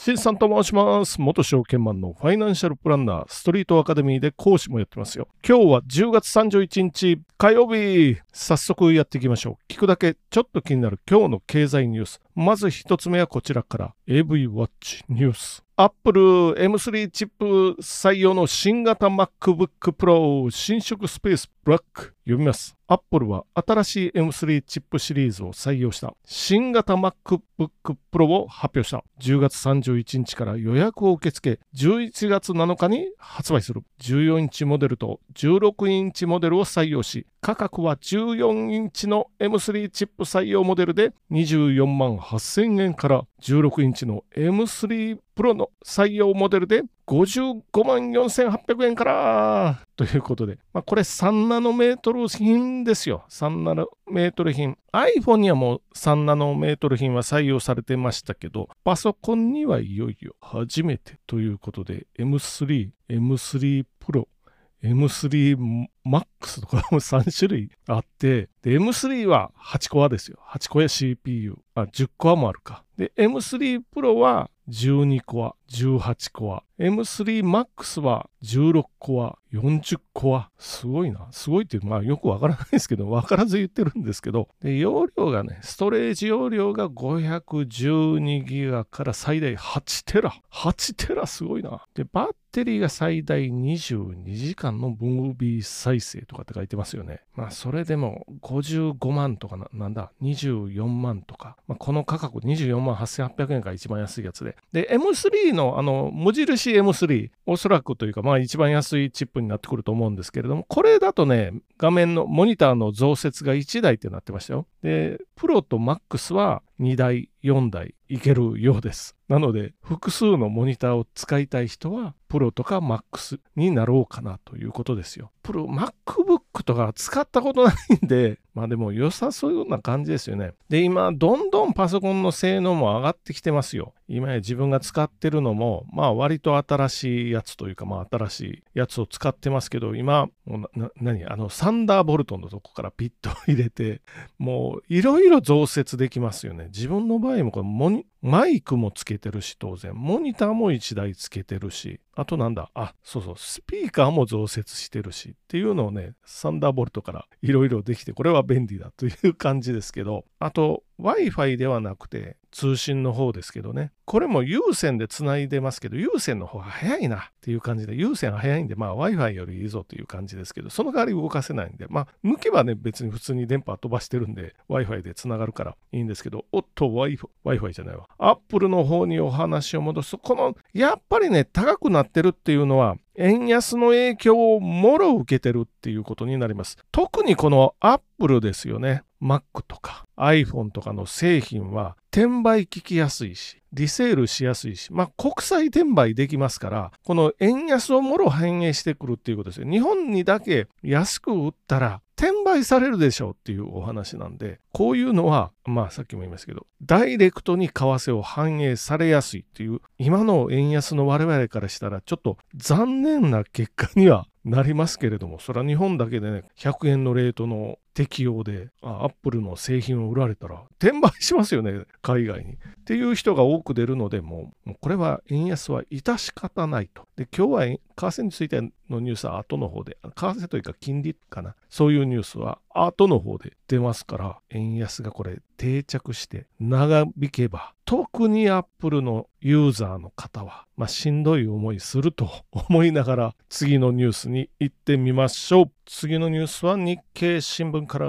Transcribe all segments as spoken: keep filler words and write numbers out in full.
しんさんと申します。元証券マンのファイナンシャルプランナー、ストリートアカデミーで講師もやってますよ。今日はじゅうがつさんじゅういちにち火曜日。早速やっていきましょう。聞くだけちょっと気になる今日の経済ニュース。まず一つ目はこちらから エーブイ ウォッチニュース。アップル エムスリー チップ採用の新型 MacBook Pro 新色スペースブラック。読みます。アップルは新しい エムスリー チップシリーズを採用した新型 MacBook Pro を発表した。じゅうがつさんじゅういちにちから予約を受け付け、じゅういちがつなのかに発売する。じゅうよんインチモデルとじゅうろくインチモデルを採用し、価格はじゅうよんインチの エムスリー チップ採用モデルでにじゅうよんまんはっせんえんからじゅうろくインチの エムスリー Pro の採用モデルでごじゅうごまんよんせんはっぴゃくえんからということで、まあ、これさんナノメートル品ですよ。さんナノメートル品。iPhone にはもうさんナノメートル品は採用されてましたけど、パソコンにはいよいよ初めてということで エムスリー、エムスリー Pro、エムスリー Max とかもさんしゅるいあって、で エムスリー ははちコアですよ。はちコア シーピーユー。あ、じゅっコアもあるか。で エムスリー Pro はじゅうにコア、じゅうはちコア。エムスリー Max はじゅうろくコア、よんじゅっコア。すごいな。すごいっていう、まあよくわからないですけど、わからず言ってるんですけど、で容量がね、ストレージ容量がごひゃくじゅうにギガから最大はちテラ。はちテラすごいな。で、バッテリーが最大にじゅうにじかんのムービー再生とかって書いてますよね。まあそれでもごじゅうごまんとかな、なんだ、にじゅうよんまんとか、まあ、この価格にじゅうよんまんはっせんはっぴゃくえんが一番安いやつで。で、エムスリー のあの無印 エムスリー、おそらくというか、まあ一番安いチップになってくると思うんですけれども、これだとね、画面のモニターの増設がいちだいってなってましたよ。で、プロと Max はにだい、よんだいいけるようです。なので、複数のモニターを使いたい人は、プロとか Max になろうかなということですよ。プロ、MacBook とか使ったことないんで、まあでも良さそうな感じですよね。で、今、どんどんパソコンの性能も上がってきてますよ。今や自分が使ってるのも、まあ割と新しいやつというか、まあ新しいやつを使ってますけど、今、もうな、な、何あの、サンダーボルトのとこからピッと入れて、もういろいろ増設できますよね。自分の場合もこれモニ、マイクもつけてるし、当然。モニターもいちだいつけてるし、あとなんだ、あ、そうそう、スピーカーも増設してるしっていうのをね、サンダーボルトからいろいろできて、これは便利だという感じですけど、あと Wi-Fi ではなくて通信の方ですけどね、これも有線でつないでますけど、有線の方が早いなっていう感じで、有線が早いんで、まあ Wi-Fi よりいいぞという感じですけど、その代わり動かせないんで、まあ抜けばね、別に普通に電波飛ばしてるんで、Wi-Fi でつながるからいいんですけど、おっと Wi-Fi、Wi-Fi じゃないわ。Apple の方にお話を戻すと、この、やっぱりね、高くなってるっていうのは、円安の影響をもろ受けてるっていうことになります。特にこの Apple ですよね。Mac とか iPhone とかの製品は転売聞きやすいし、リセールしやすいし、まあ国際転売できますから、この円安をもろ反映してくるっていうことですよ。日本にだけ安く売ったら転売されるでしょうっていうお話なんで、こういうのは、まあさっきも言いましたけど、ダイレクトに為替を反映されやすいっていう、今の円安の我々からしたらちょっと残念な結果にはなりますけれども、それは日本だけでね、ひゃくえんのレートの適用で、アップルの製品を売られたら転売しますよね、海外に。っていう人が多く出るので、もう、もうこれは円安は致し方ないと。で、今日は為替についてのニュースは後の方で、為替というか金利かな、そういうニュースは後の方で出ますから、円安がこれ定着して長引けば、特にアップルのユーザーの方は、まあ、しんどい思いすると思いながら次のニュースに行ってみましょう。次のニュースは日経新聞から。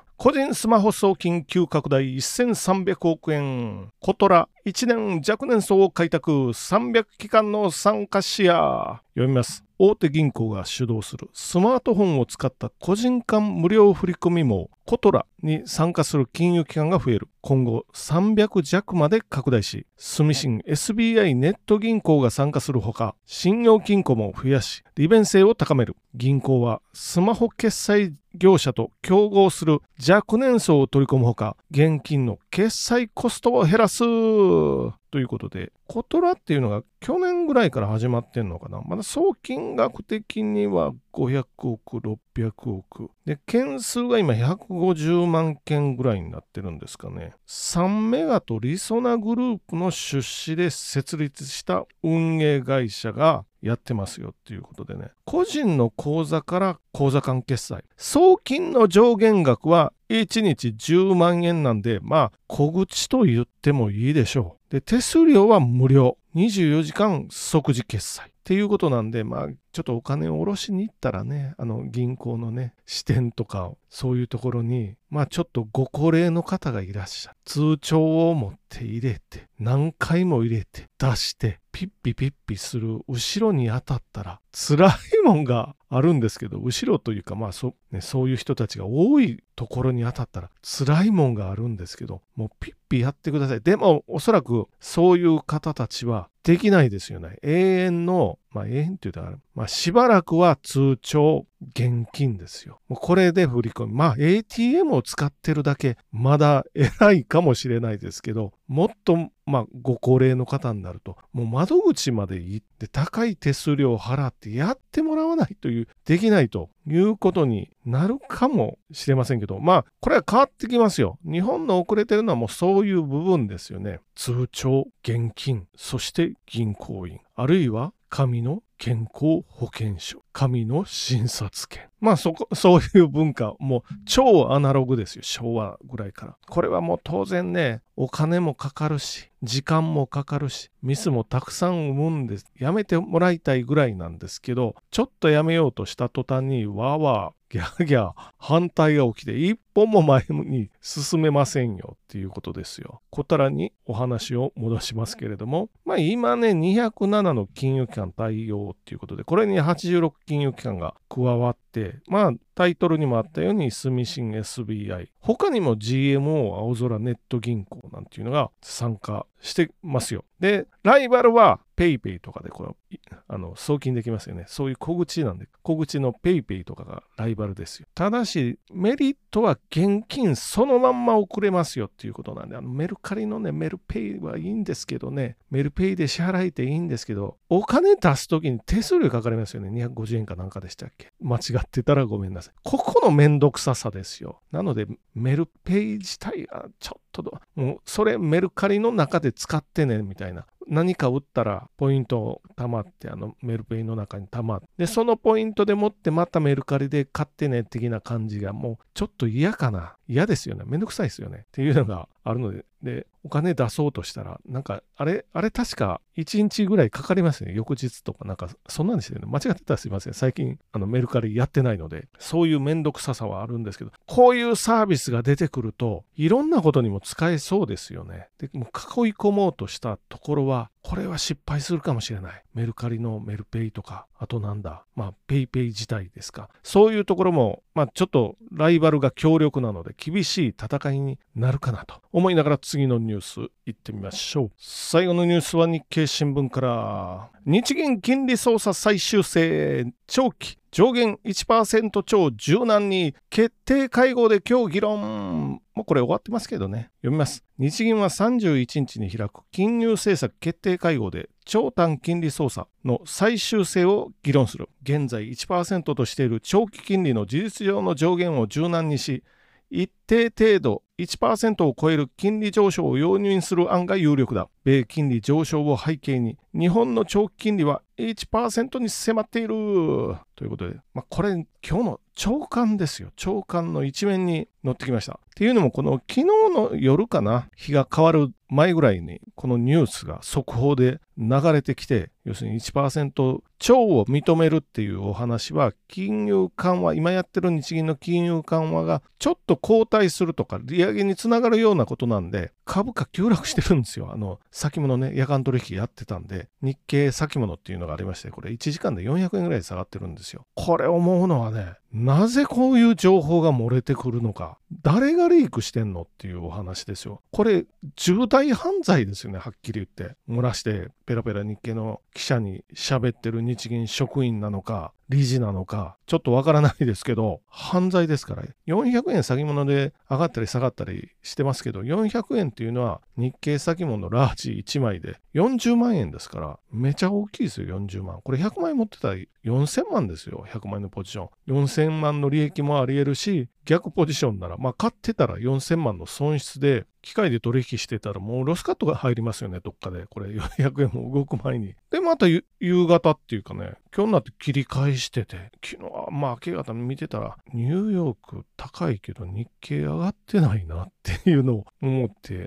個人スマホ送金急拡大せんさんびゃくおくえん。コトラいちねん若年層を開拓さんびゃく機関の参加視野。読みます。大手銀行が主導するスマートフォンを使った個人間無料振込網コトラに参加する金融機関が増える。今後さんびゃくじゃくまで拡大し、住信 エスビーアイ ネット銀行が参加するほか、信用金庫も増やし、利便性を高める。銀行はスマホ決済業者と競合する若年層を取り込むほか、現金の決済コストを減らすということで、コトラっていうのが去年ぐらいから始まってんのかな。まだ総金額的にはごひゃくおく、ろっぴゃくおく。で、件数が今ひゃくごじゅうまんけんぐらいになってるんですかね。サンメガとりそなグループの出資で設立した運営会社がやってますよっていうことでね。個人の口座から口座間決済。送金の上限額はいちにちじゅうまんえんなんで、まあ、小口と言ってもいいでしょう。で、手数料は無料。にじゅうよじかん即時決済。っていうことなんで、まあ、ちょっとお金を下ろしに行ったらね、あの銀行のね、支店とか、そういうところに、まあちょっとご高齢の方がいらっしゃる。通帳を持って入れて、何回も入れて、出して、ピッピピッピする後ろに当たったら、辛いもんがあるんですけど、後ろというか、まあ そ,、ね、そういう人たちが多いところに当たったら、辛いもんがあるんですけど、もうピッピやってください。でも、おそらくそういう方たちはできないですよね。永遠の、まあ永遠って言うたら、まあしばらくは通帳、現金ですよ。もうこれで振り込み。まあ エーティーエム を使ってるだけまだ偉いかもしれないですけど、もっとまあご高齢の方になると、もう窓口まで行って高い手数料を払ってやってもらわないという、できないということになるかもしれませんけど、まあこれは変わってきますよ。日本の遅れてるのはもうそういう部分ですよね。通帳、現金、そして銀行員、あるいは紙の健康保険証、紙の診察券。まあそこ、そういう文化、もう超アナログですよ、昭和ぐらいから。これはもう当然ね、お金もかかるし、時間もかかるし、ミスもたくさん生むんです。やめてもらいたいぐらいなんですけど、ちょっとやめようとした途端に、わーわー、ギャーギャー、反対が起きて、一歩も前に進めませんよっていうことですよ。小たらにお話を戻しますけれども、まあ今ね、にひゃくななの金融機関対応っていうことで、これにはちじゅうろく金融機関が加わって、まあタイトルにもあったように住信 エスビーアイ、他にも ジーエムオー 青空ネット銀行なんていうのが参加してますよ。で、ライバルは PayPay とかでこれあの送金できますよね。そういう小口なんで、小口の PayPay とかがライバルですよ。ただし、メリットは現金そのまんま送れますよっていうことなんで、あのメルカリのね、メルペイはいいんですけどね、メルペイで支払えていいんですけど、お金出すときに手数料かかりますよね。にひゃくごじゅうえんかなんかでしたっけ。間違ってたらごめんなさい。ここのめんどくささですよ。なので、メルペイ自体はちょっと、もうそれメルカリの中で使ってねみたいな。何か売ったらポイント貯まってあのメルペイの中に貯まってでそのポイントでもってまたメルカリで買ってね的な感じがもうちょっと嫌かな嫌ですよねめんどくさいですよねっていうのがあるのででお金出そうとしたらなんかあれあれ確かいちにちぐらいかかりますね翌日とかなんかそんなんですよね間違ってたらすいません最近あのメルカリやってないのでそういうめんどくささはあるんですけどこういうサービスが出てくるといろんなことにも使えそうですよねでもう囲い込もうとしたところはこれは失敗するかもしれない。メルカリのメルペイとか、あとなんだ、まあペイペイ自体ですか。そういうところも、まあちょっとライバルが強力なので厳しい戦いになるかなと思いながら次のニュース行ってみましょう。最後のニュースは日経新聞から。日銀金利操作再修正、長期上限 いちパーセント 超柔軟に決定会合で今日議論。もうこれ終わってますけどね。読みます。日銀はさんじゅういちにちに開く金融政策決定会合で長短金利操作の再修正を議論する。現在 いちパーセント としている長期金利の事実上の上限を柔軟にし、一定程度 いちパーセント を超える金利上昇を容認する案が有力だ。米金利上昇を背景に、日本の長期金利は いちパーセント に迫っている。ということで、まあ、これ今日の朝刊ですよ。朝刊の一面に載ってきました。っていうのもこの昨日の夜かな、日が変わる前ぐらいにこのニュースが速報で流れてきて、要するに いちパーセント 超を認めるっていうお話は金融緩和、今やってる日銀の金融緩和がちょっと後退するとか利上げにつながるようなことなんで、株価急落してるんですよ。あの先物ね、夜間取引やってたんで、日経先物っていうのがありまして、これいちじかんでよんひゃくえんぐらいで下がってるんですよ。これ思うのはね、なぜこういう情報が漏れてくるのか、誰がリークしてんのっていうお話ですよ。これ重大犯罪ですよね、はっきり言って。漏らしてペラペラ日経の記者に喋ってる日銀職員なのか、 理事なのかちょっとわからないですけど、犯罪ですから。よんひゃくえん先物で上がったり下がったりしてますけど、よんひゃくえんっていうのは日経先物ラージいちまいでよんじゅうまんえんですから、めちゃ大きいですよ。よんじゅうまん。これひゃくまん円持ってたらよんせんまんですよ。ひゃくまん円のポジション。よんせんまんの利益もあり得るし、逆ポジションなら、まあ買ってたらよんせんまんの損失で、機械で取引してたらもうロスカットが入りますよね、どっかで。これよんひゃくえんも動く前に。で、また夕方っていうかね、今日になって切り返してて、昨日はまあ明け方見てたら、ニューヨーク高いけど日経上がってないなっていうのを思って、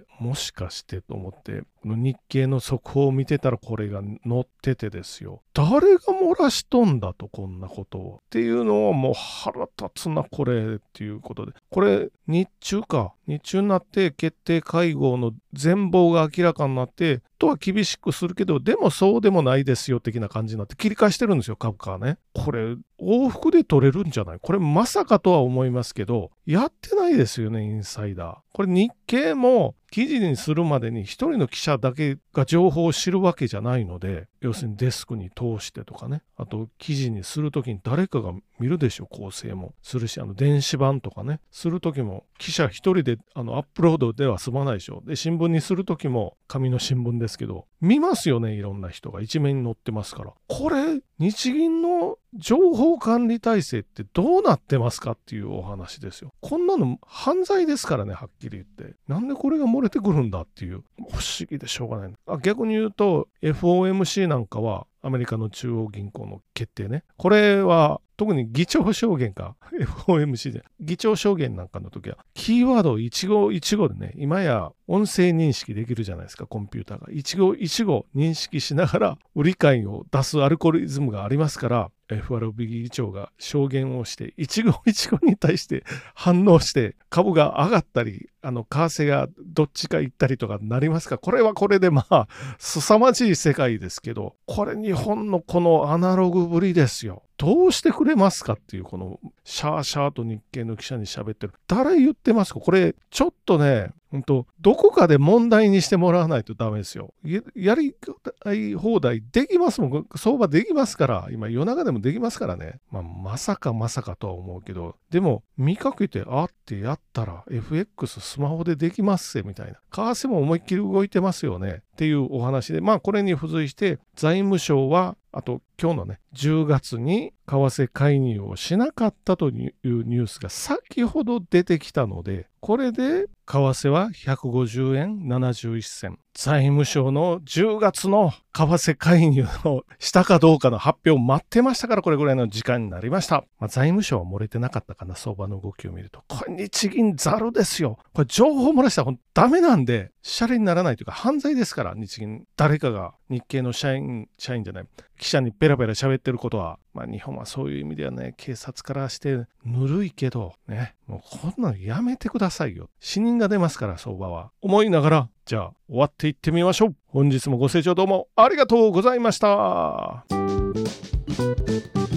もしかしてと思って、この日経の速報を見てたらこれが載っててですよ。誰が漏らしとんだと、こんなことを。っていうのはもう腹立つな、これっていうことで。これ、日中か。日中になって決定会合の全貌が明らかになって、とは厳しくするけど、でもそうでもないですよ的な感じになって切り返してるんですよ、株価はね。これ、往復で取れるんじゃない？これまさかとは思いますけど、やってないですよね、インサイダー。これ日経も記事にするまでに一人の記者だけが情報を知るわけじゃないので、要するにデスクに通してとかね、あと記事にするときに誰かが見るでしょ、構成もするし、あの電子版とかね、するときも記者一人であのアップロードでは済まないでしょ。で、新聞にするときも紙の新聞ですけど、見ますよね、いろんな人が一面に載ってますから。これ、日銀の情報管理体制ってどうなってますかっていうお話ですよ。こんなの犯罪ですからね、はっきり言って。なんでこれが漏れてくるんだっていう、不思議でしょうがない。あ、逆に言うと エフオーエムシー なんかはアメリカの中央銀行の決定ね。これは特に議長証言か エフオーエムシー で議長証言なんかの時はキーワードを一語一語でね、今や音声認識できるじゃないですか、コンピューターが一語一語認識しながら売り買いを出すアルゴリズムがありますから、 エフアールビー 議長が証言をして一語一語に対して反応して株が上がったり、あの為替がどっちか行ったりとかなりますか。これはこれでまあ凄まじい世界ですけど、これ日本のこのアナログぶりですよ。どうしてくれますかっていう、このシャーシャーと日経の記者に喋ってる。誰言ってますか？これちょっとね、本当どこかで問題にしてもらわないとダメですよ。や、やりたい放題できますもん。相場できますから。今夜中でもできますからね。まあまさかまさかとは思うけど、でも見かけてあってやったら エフエックス スマホでできますせみたいな。為替も思いっきり動いてますよねっていうお話で、まあこれに付随して財務省はあと今日のねじゅうがつに為替介入をしなかったというニュースが先ほど出てきたので、これで為替はひゃくごじゅうえんななじゅういっせん。財務省のじゅうがつの為替介入をしたかどうかの発表を待ってましたから、これぐらいの時間になりました。まあ、財務省は漏れてなかったかな、相場の動きを見ると。これ日銀ざるですよ。これ情報漏らしたらダメなんで、シャレにならないというか犯罪ですから、日銀。誰かが日経の社員、社員じゃない、記者にペラペラ喋ってることは、まあ日本はそういう意味ではね、警察からしてぬるいけど、ね、もうこんなのやめてくださいよ。死人が出ますから、相場は。思いながら、じゃあ終わっていってみましょう。本日もご清聴どうもありがとうございました。